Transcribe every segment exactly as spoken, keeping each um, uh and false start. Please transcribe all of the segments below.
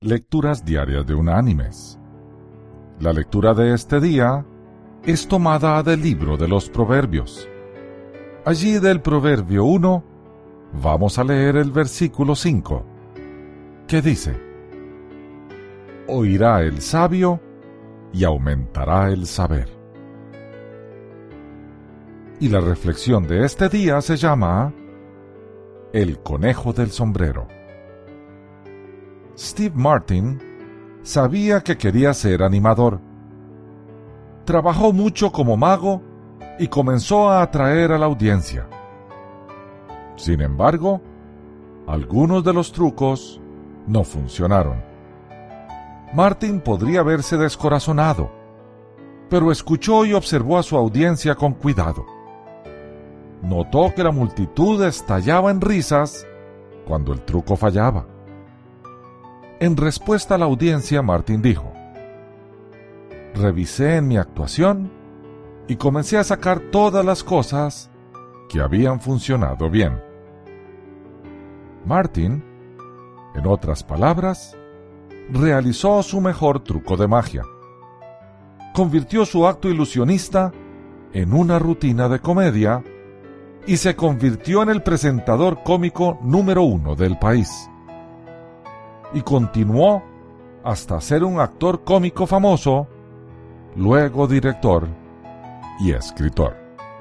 Lecturas Diarias de Unánimes. La lectura de este día es tomada del libro de los Proverbios. Allí del Proverbio uno vamos a leer el versículo cinco, que dice: Oirá el sabio y aumentará el saber. Y la reflexión de este día se llama El conejo del sombrero. Steve Martin sabía que quería ser animador. Trabajó mucho como mago y comenzó a atraer a la audiencia. Sin embargo, algunos de los trucos no funcionaron. Martin podría verse descorazonado, pero escuchó y observó a su audiencia con cuidado. Notó que la multitud estallaba en risas cuando el truco fallaba. En respuesta a la audiencia, Martin dijo: revisé en mi actuación y comencé a sacar todas las cosas que habían funcionado bien. Martin, en otras palabras, realizó su mejor truco de magia. Convirtió su acto ilusionista en una rutina de comedia y se convirtió en el presentador cómico número uno del país. Y continuó hasta ser un actor cómico famoso, luego director y escritor.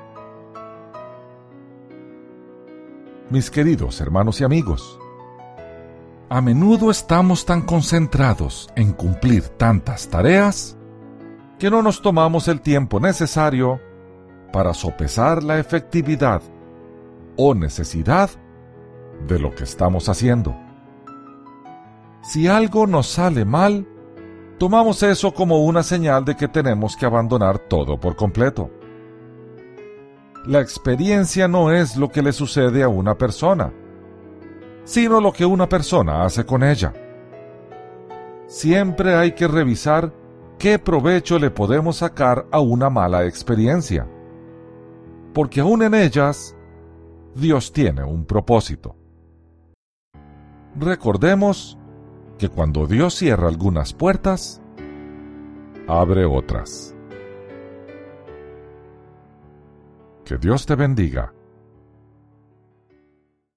Mis queridos hermanos y amigos, a menudo estamos tan concentrados en cumplir tantas tareas que no nos tomamos el tiempo necesario para sopesar la efectividad o necesidad de lo que estamos haciendo. Si algo nos sale mal, tomamos eso como una señal de que tenemos que abandonar todo por completo. La experiencia no es lo que le sucede a una persona, sino lo que una persona hace con ella. Siempre hay que revisar qué provecho le podemos sacar a una mala experiencia, porque aún en ellas, Dios tiene un propósito. Recordemos que cuando Dios cierra algunas puertas, abre otras. Que Dios te bendiga